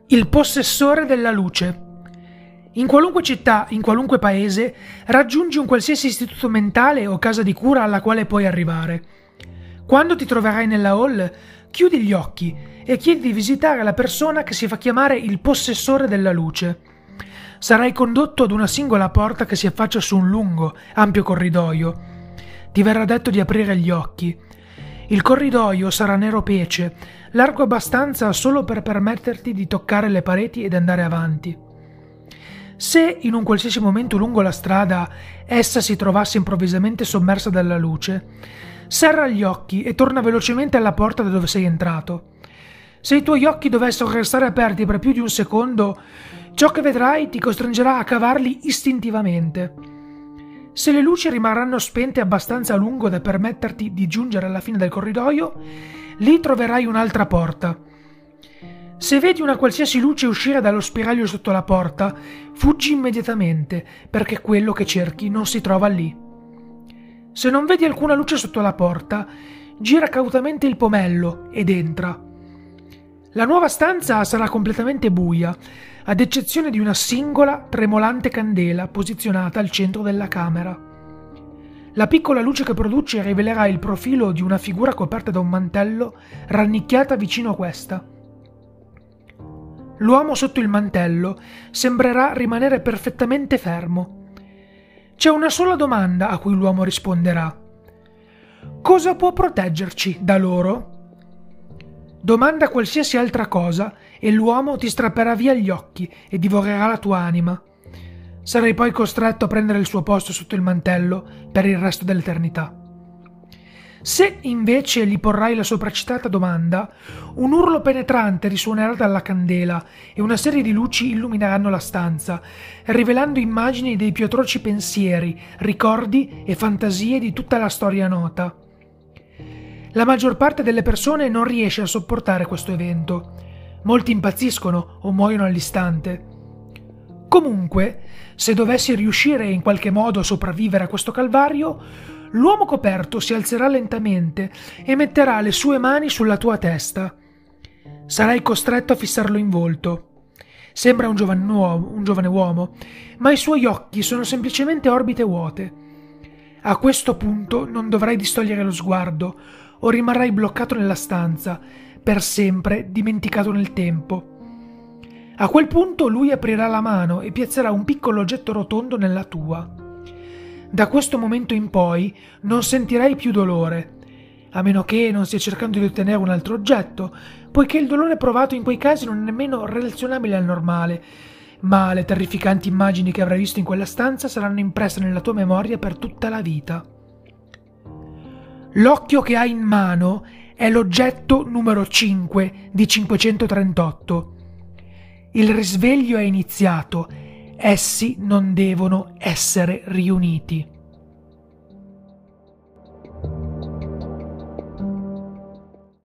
Il possessore della luce. In qualunque città, in qualunque paese, raggiungi un qualsiasi istituto mentale o casa di cura alla quale puoi arrivare. Quando ti troverai nella hall, chiudi gli occhi e chiedi di visitare la persona che si fa chiamare il possessore della luce. Sarai condotto ad una singola porta che si affaccia su un lungo, ampio corridoio. Ti verrà detto di aprire gli occhi. Il corridoio sarà nero pece, largo abbastanza solo per permetterti di toccare le pareti ed andare avanti. Se in un qualsiasi momento lungo la strada essa si trovasse improvvisamente sommersa dalla luce, serra gli occhi e torna velocemente alla porta da dove sei entrato. Se i tuoi occhi dovessero restare aperti per più di un secondo, ciò che vedrai ti costringerà a cavarli istintivamente. Se le luci rimarranno spente abbastanza a lungo da permetterti di giungere alla fine del corridoio, lì troverai un'altra porta. Se vedi una qualsiasi luce uscire dallo spiraglio sotto la porta, fuggi immediatamente, perché quello che cerchi non si trova lì. Se non vedi alcuna luce sotto la porta, gira cautamente il pomello ed entra. La nuova stanza sarà completamente buia, ad eccezione di una singola, tremolante candela posizionata al centro della camera. La piccola luce che produce rivelerà il profilo di una figura coperta da un mantello rannicchiata vicino a questa. L'uomo sotto il mantello sembrerà rimanere perfettamente fermo. C'è una sola domanda a cui l'uomo risponderà. Cosa può proteggerci da loro? Domanda qualsiasi altra cosa e l'uomo ti strapperà via gli occhi e divorerà la tua anima. Sarai poi costretto a prendere il suo posto sotto il mantello per il resto dell'eternità. Se invece gli porrai la sopracitata domanda, un urlo penetrante risuonerà dalla candela e una serie di luci illumineranno la stanza, rivelando immagini dei più atroci pensieri, ricordi e fantasie di tutta la storia nota. La maggior parte delle persone non riesce a sopportare questo evento. Molti impazziscono o muoiono all'istante. Comunque, se dovessi riuscire in qualche modo a sopravvivere a questo calvario, l'uomo coperto si alzerà lentamente e metterà le sue mani sulla tua testa. Sarai costretto a fissarlo in volto. Sembra un giovane uomo, ma i suoi occhi sono semplicemente orbite vuote. A questo punto non dovrai distogliere lo sguardo o rimarrai bloccato nella stanza, per sempre dimenticato nel tempo. A quel punto lui aprirà la mano e piazzerà un piccolo oggetto rotondo nella tua. Da questo momento in poi non sentirai più dolore, a meno che non stia cercando di ottenere un altro oggetto, poiché il dolore provato in quei casi non è nemmeno relazionabile al normale, ma le terrificanti immagini che avrai visto in quella stanza saranno impresse nella tua memoria per tutta la vita. L'occhio che hai in mano è l'oggetto numero 5 di 538. Il risveglio è iniziato. Essi non devono essere riuniti.